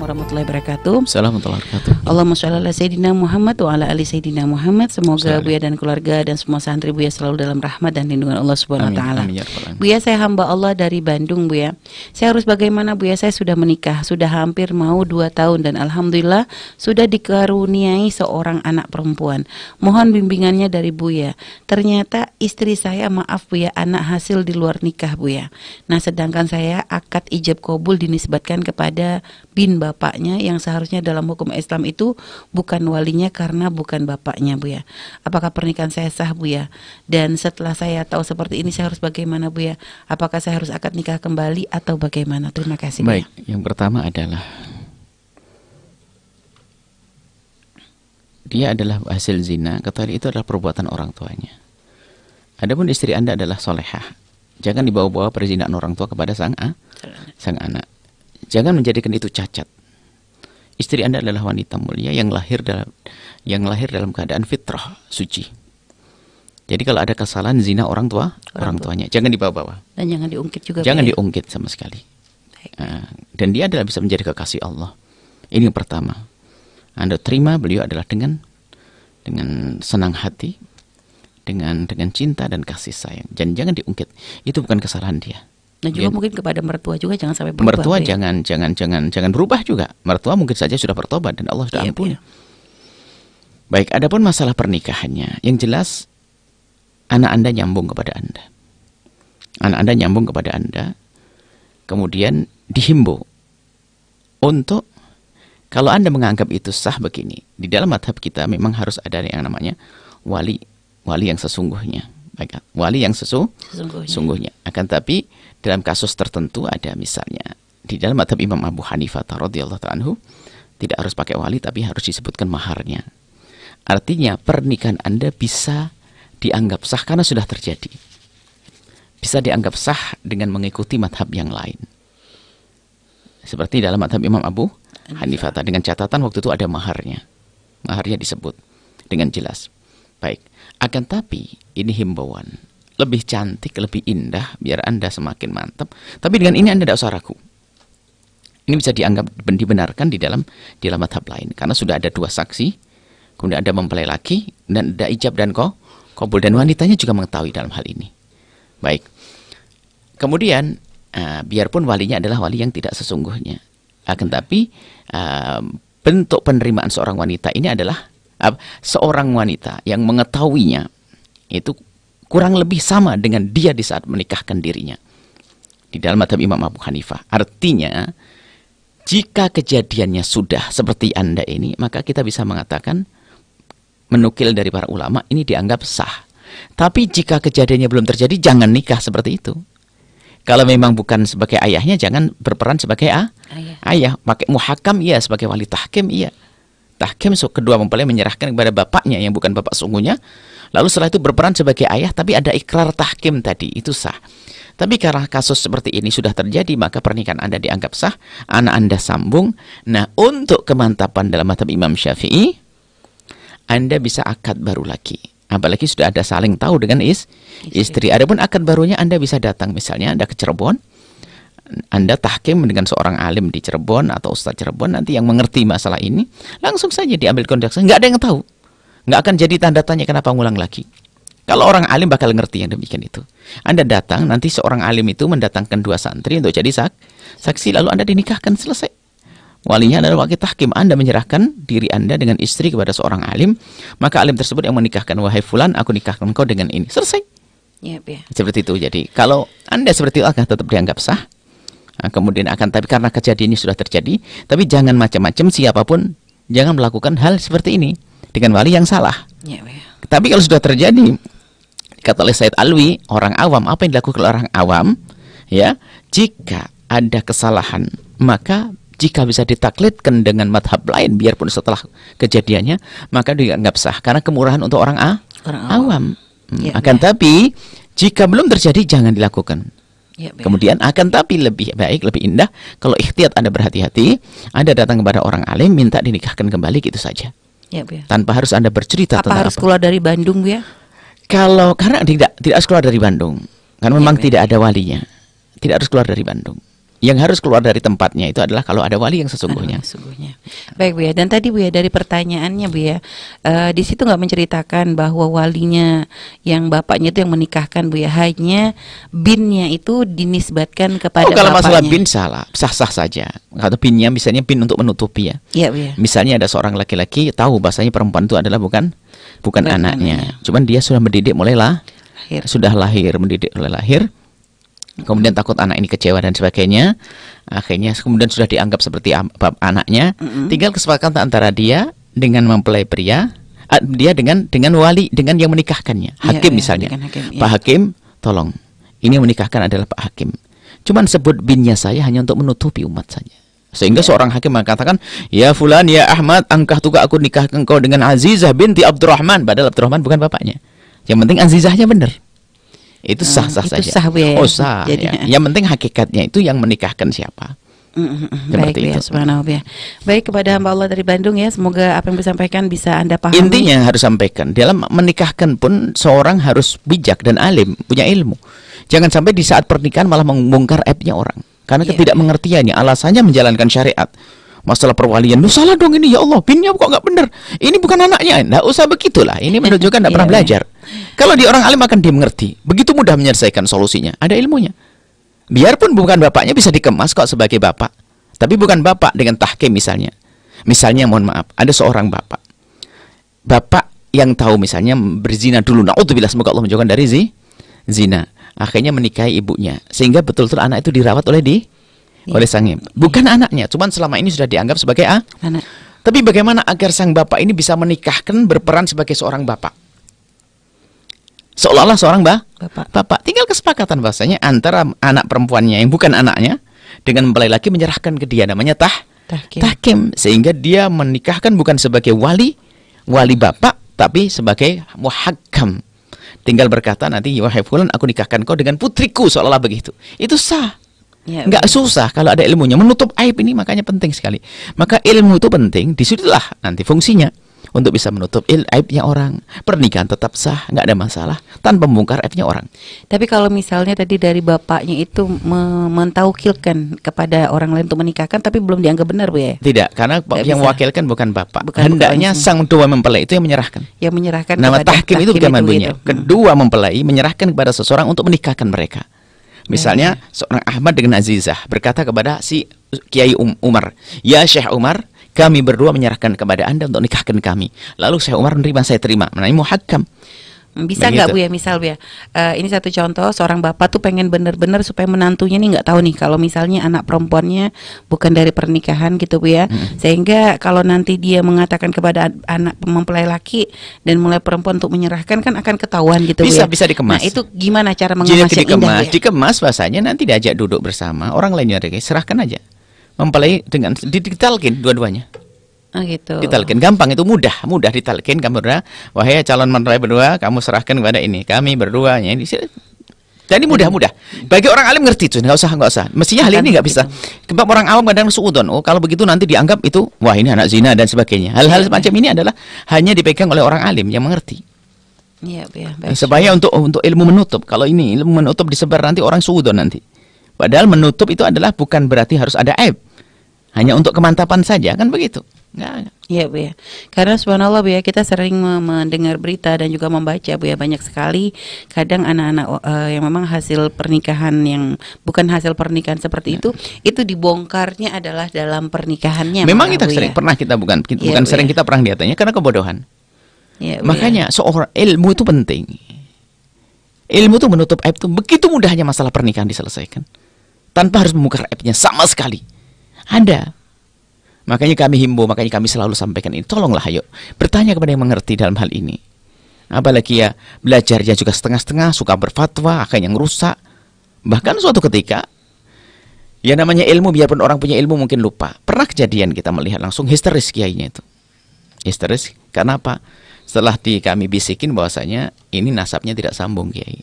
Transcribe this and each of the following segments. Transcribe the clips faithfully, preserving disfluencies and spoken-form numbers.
warahmatullahi wabarakatuh. Assalamualaikum warahmatullahi wabarakatuh. Allahumma sholli ala Sayyidina Muhammad wa ala ali Sayyidina Muhammad. Semoga Salam. Buya dan keluarga dan semua santri Buya selalu dalam rahmat dan lindungan Allah Subhanahu wa taala. Amin, ya rabbal alamin. Buya, saya hamba Allah dari Bandung, Buya. Saya harus bagaimana, Buya? Saya sudah menikah, sudah hampir mau dua tahun dan alhamdulillah sudah dikaruniai seorang anak perempuan. Mohon bimbingannya dari Buya. Ternyata istri saya, maaf Buya, anak hasil di luar nikah, Buya. Nah, sedangkan saya akad ijab kabul dinisbatkan kepada bin bapaknya yang seharusnya dalam hukum Islam itu bukan walinya karena bukan bapaknya, Buya. Apakah pernikahan saya sah, Buya? Dan setelah saya tahu seperti ini, saya harus bagaimana, Buya? Apakah saya harus akad nikah kembali atau bagaimana? Terima kasih, Buya. Baik, yang pertama adalah dia adalah hasil zina, ketahui itu adalah perbuatan orang tuanya. Adapun istri Anda adalah solehah, jangan dibawa-bawa perzinaan orang tua kepada sang a, sang anak. Jangan menjadikan itu cacat. Istri Anda adalah wanita mulia yang lahir dalam yang lahir dalam keadaan fitrah, suci. Jadi kalau ada kesalahan zina orang tua, orang, orang tuanya jangan dibawa-bawa. Dan jangan diungkit juga. Jangan Buya. diungkit sama sekali. Uh, dan dia adalah bisa menjadi kekasih Allah. Ini yang pertama. Anda terima beliau adalah dengan dengan senang hati, dengan dengan cinta dan kasih sayang. Dan jangan diungkit. Itu bukan kesalahan dia. Dan juga Dia, mungkin kepada mertua juga jangan sampai berubah. mertua Buya. jangan jangan jangan jangan berubah juga. Mertua mungkin saja sudah bertobat dan Allah sudah Iya, ampuni. Buya. Baik, adapun masalah pernikahannya, yang jelas anak Anda nyambung kepada Anda. Anak Anda nyambung kepada Anda. Kemudian dihimbau untuk, kalau Anda menganggap itu sah begini, di dalam madhab kita memang harus ada yang namanya wali, wali yang sesungguhnya. Baik, wali yang sesu, Sesungguhnya. sesungguhnya. Akan tapi dalam kasus tertentu ada misalnya di dalam madhab Imam Abu Hanifah radhiyallahu ta'ala anhu tidak harus pakai wali tapi harus disebutkan maharnya. Artinya pernikahan Anda bisa dianggap sah karena sudah terjadi. Bisa dianggap sah dengan mengikuti madhab yang lain. Seperti dalam madhab Imam Abu Hanifah dengan catatan waktu itu ada maharnya. Maharnya disebut dengan jelas. Baik. Akan tapi ini himbauan. Lebih cantik, lebih indah, biar Anda semakin mantap. Tapi dengan ini Anda tidak usah ragu. Ini bisa dianggap dibenarkan di dalam di dalam madhab lain. Karena sudah ada dua saksi, kemudian ada mempelai laki, dan ada ijab dan ko, kabul. Dan wanitanya juga mengetahui dalam hal ini. Baik. Kemudian, uh, biarpun walinya adalah wali yang tidak sesungguhnya. Akan tapi, uh, bentuk penerimaan seorang wanita ini adalah, uh, seorang wanita yang mengetahuinya, itu kurang lebih sama dengan dia di saat menikahkan dirinya. Di dalam madhab Imam Abu Hanifah. Artinya, jika kejadiannya sudah seperti Anda ini, maka kita bisa mengatakan, menukil dari para ulama, ini dianggap sah. Tapi jika kejadiannya belum terjadi, jangan nikah seperti itu. Kalau memang bukan sebagai ayahnya, jangan berperan sebagai ah, Ayah. ayah. Pakai muhakam, iya. Sebagai wali tahkim, iya. Tahkim, so, kedua mempelai menyerahkan kepada bapaknya yang bukan bapak sungguhnya. Lalu setelah itu berperan sebagai ayah, tapi ada ikrar tahkim tadi, itu sah. Tapi karena kasus seperti ini sudah terjadi, maka pernikahan Anda dianggap sah, anak Anda sambung. Nah, untuk kemantapan dalam madhab Imam Syafi'i, Anda bisa akad baru lagi. Apalagi sudah ada saling tahu dengan is, istri. Adapun akad barunya Anda bisa datang, misalnya Anda ke Cirebon, Anda tahkim dengan seorang alim di Cirebon atau ustaz Cirebon nanti yang mengerti masalah ini, langsung saja diambil kontrak. Nggak ada yang tahu. Nggak akan jadi tanda tanya kenapa ngulang lagi. Kalau orang alim bakal ngerti yang demikian itu. Anda datang, nanti seorang alim itu mendatangkan dua santri untuk jadi sak, saksi, lalu Anda dinikahkan, selesai. Walinya adalah wakil tahkim. Anda menyerahkan diri Anda dengan istri kepada seorang alim, maka alim tersebut yang menikahkan, wahai fulan, aku nikahkan kau dengan ini. Selesai. Ya, ya. Seperti itu. Jadi kalau Anda seperti itu akan tetap dianggap sah. Nah, kemudian akan, tapi karena kejadian ini sudah terjadi, tapi jangan macam-macam, siapapun jangan melakukan hal seperti ini dengan wali yang salah. Ya, ya. Tapi kalau sudah terjadi, kata oleh Said Alwi, orang awam, apa yang dilakukan oleh orang awam, ya, jika ada kesalahan, maka jika bisa ditaklidkan dengan madhab lain, biarpun setelah kejadiannya, maka dianggap sah. Karena kemurahan untuk orang, a, Orang awam. awam. Hmm, Ya, akan ya. tapi, jika belum terjadi, jangan dilakukan. Ya, ya. Kemudian akan tapi lebih baik, lebih indah, kalau ikhtiyat Anda berhati-hati, Anda datang kepada orang alim, minta dinikahkan kembali, gitu saja. Ya, ya. Tanpa harus Anda bercerita Apa tentang harus apa. keluar dari Bandung, Bu, ya? Kalau karena tidak tidak harus keluar dari Bandung, karena memang Ya, tidak ada walinya, tidak harus keluar dari Bandung. Yang harus keluar dari tempatnya itu adalah kalau ada wali yang sesungguhnya. Ah, sesungguhnya. Baik Bu ya. Dan tadi Bu ya dari pertanyaannya Bu ya, eh, di situ nggak menceritakan bahwa walinya yang bapaknya itu yang menikahkan Bu ya, hanya binnya itu dinisbatkan kepada Oh, kalau bapaknya. masalah bin salah, sah-sah saja. Kalau binnya misalnya bin untuk menutupi ya. Iya Bu ya. Misalnya ada seorang laki-laki tahu bahasanya perempuan itu adalah bukan bukan Bukan anaknya. anaknya. Cuman dia sudah mendidik mulailah Lahir. sudah lahir, mendidik mulai lahir. Kemudian takut anak ini kecewa dan sebagainya. Akhirnya kemudian sudah dianggap seperti am- bab anaknya. Mm-mm. Tinggal kesepakatan antara dia dengan mempelai pria, ah, dia dengan dengan wali, dengan yang menikahkannya. Iya, Hakim iya, misalnya. dengan hakim, iya. Pak Hakim, tolong. Ini yang menikahkan adalah Pak Hakim. Cuman sebut binnya saya hanya untuk menutupi umat saja. Sehingga seorang hakim mengatakan, "Ya fulan, ya Ahmad, angkah tuka aku nikahkan kau dengan Azizah binti Abdurrahman." Padahal Abdurrahman bukan bapaknya. Yang penting Azizahnya benar. Itu sah-sah itu saja. sah, Bu ya. Oh sah. Jadi, Ya. Yang penting hakikatnya itu yang menikahkan siapa. Mm, mm, mm. Baik Seperti Bu ya, itu. subhanallah Bu ya. Baik, kepada hamba Allah dari Bandung ya, semoga apa yang disampaikan bisa Anda pahami. Intinya yang harus sampaikan, dalam menikahkan pun seorang harus bijak dan alim, punya ilmu. Jangan sampai di saat pernikahan malah membongkar aibnya orang. Karena Iya, ketidakmengertiannya, alasannya menjalankan syariat. Masalah perwalian, lu salah dong ini ya Allah, binnya kok nggak benar. Ini bukan anaknya, nggak usah begitulah. Ini menunjukkan nggak pernah Iya, belajar. Kalau di orang alim akan dia mengerti. Begitu mudah menyelesaikan solusinya. Ada ilmunya. Biarpun bukan bapaknya bisa dikemas kok sebagai bapak. Tapi bukan bapak dengan tahkim misalnya. Misalnya mohon maaf, ada seorang bapak. Bapak yang tahu misalnya berzina dulu. Na'udzubillah, semoga Allah menjauhkan dari zi, zina. Akhirnya menikahi ibunya. Sehingga betul-betul anak itu dirawat oleh di Iya. oleh sang ibu. Bukan anaknya, cuman selama ini sudah dianggap sebagai ah. Anak. Tapi bagaimana agar sang bapak ini bisa menikahkan berperan sebagai seorang bapak? Seolah-olah seorang bah, Bapak. bapak. Tinggal kesepakatan bahasanya antara anak perempuannya yang bukan anaknya dengan mempelai laki menyerahkan ke dia, namanya tah Tahkim. tahkim, sehingga dia menikahkan bukan sebagai wali wali bapak tapi sebagai muhakkam. Tinggal berkata nanti, wahai fulan, aku nikahkan kau dengan putriku, seolah-olah begitu. Itu sah. Ya, Nggak susah kalau ada ilmunya. Menutup aib ini makanya penting sekali. Maka ilmu itu penting. Disitulah nanti fungsinya untuk bisa menutup il aibnya orang. Pernikahan tetap sah, nggak ada masalah tanpa membongkar aibnya orang. Tapi kalau misalnya tadi dari bapaknya itu me mentaukilkan kepada orang lain untuk menikahkan, tapi belum dianggap benar Bu ya, Tidak, karena Nggak yang bisa. mewakilkan bukan bapak. Bukan- Hendaknya bukan. sang dua mempelai itu yang menyerahkan. yang menyerahkan Nama kepada tahkim itu bagaimana bunyinya? gitu. Kedua mempelai menyerahkan kepada seseorang untuk menikahkan mereka. Misalnya seorang Ahmad dengan Azizah berkata kepada si Kiai Um- Umar, "Ya Syekh Umar, kami berdua menyerahkan kepada Anda untuk nikahkan kami." Lalu Syekh Umar menerima, saya terima. Namanya muhakkam. Bisa nggak Bu Begitu. ya, misal Bu ya, eh, ini satu contoh, seorang bapak tuh pengen bener-bener supaya menantunya nih nggak tahu nih kalau misalnya anak perempuannya bukan dari pernikahan gitu Bu ya, sehingga kalau nanti dia mengatakan kepada an- anak mempelai laki dan mulai perempuan untuk menyerahkan kan akan ketahuan gitu Bu Bisa, ya. bisa dikemas. Nah itu gimana cara Jika mengemas yang indah Bu dikemas, ya? dikemas bahasanya nanti diajak duduk bersama orang lainnya, serahkan aja. Mempelai dengan ditalkin dua-duanya. Oh gitu. Ditalkin gampang, itu mudah, mudah ditalkin. Kamu berdua, wahai calon mempelai berdua, kamu serahkan kepada ini. Kami berdua ya ini. Jadi mudah-mudah. Bagi orang alim ngerti itu, nggak usah, nggak usah. Mestinya hal ini nggak bisa. Sebab orang awam kadang suudon. Oh kalau begitu nanti dianggap itu, wah ini anak zina dan sebagainya. Hal-hal semacam ini adalah hanya dipegang oleh orang alim yang mengerti. Iya Bu ya. Baik. Supaya untuk untuk ilmu menutup. Kalau ini ilmu menutup disebar nanti orang suudon nanti. Padahal menutup itu adalah bukan berarti harus ada aib. Hanya untuk kemantapan saja, kan begitu. Nggak. Iya Bu ya, karena subhanallah Bu ya, kita sering me- mendengar berita dan juga membaca Bu ya, banyak sekali kadang anak-anak eh, yang memang hasil pernikahan yang bukan hasil pernikahan seperti itu, itu dibongkarnya adalah dalam pernikahannya. Memang malah, kita Bu sering ya. pernah kita bukan kita, Iya, bukan Bu, sering ya. kita pernah lihatnya karena kebodohan. Iya, Bu, Makanya seorang ilmu itu penting. Ilmu itu menutup aib itu begitu mudahnya masalah pernikahan diselesaikan tanpa harus membongkar aibnya sama sekali. Ada. Makanya kami himbau, makanya kami selalu sampaikan ini. Tolonglah ayo bertanya kepada yang mengerti dalam hal ini. Apalagi ya belajarnya juga setengah-setengah, suka berfatwa, akhirnya ngerusak. Bahkan suatu ketika, ya namanya ilmu, biarpun orang punya ilmu mungkin lupa. Pernah kejadian kita melihat langsung histeris kiainya itu. Histeris, karena apa? Setelah di kami bisikin bahwasanya ini nasabnya tidak sambung kiai.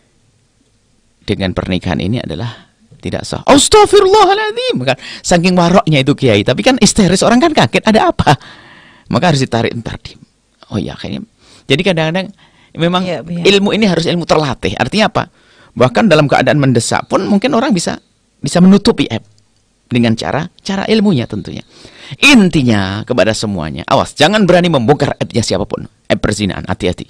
Dengan pernikahan ini adalah tidak sah. Astagfirullahaladzim. Kan, saking waroknya itu kiai. Tapi kan histeris, orang kan kaget, ada apa? Maka harus ditarik entar di. Oh ya, kayaknya. Jadi kadang-kadang memang Ya, ya. ilmu ini harus ilmu terlatih. Artinya apa? Bahkan dalam keadaan mendesak pun mungkin orang bisa bisa menutupi aib. Dengan cara cara ilmunya tentunya. Intinya kepada semuanya, awas, jangan berani membongkar aibnya siapapun. Aib perzinahan, hati-hati.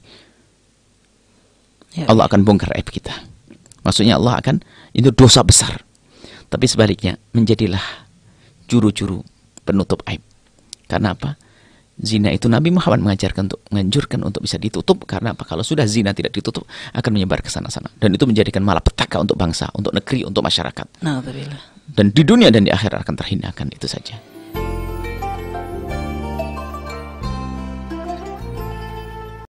Ya, Allah akan bongkar aib kita. Maksudnya Allah akan, itu dosa besar. Tapi sebaliknya, menjadilah juru-juru penutup aib. Karena apa? Zina itu Nabi Muhammad mengajarkan untuk menganjurkan untuk bisa ditutup. Karena apa? Kalau sudah zina tidak ditutup, akan menyebar ke sana-sana. Dan itu menjadikan malapetaka untuk bangsa, untuk negeri, untuk masyarakat. Alhamdulillah. Dan di dunia dan di akhirat akan terhinakan, itu saja.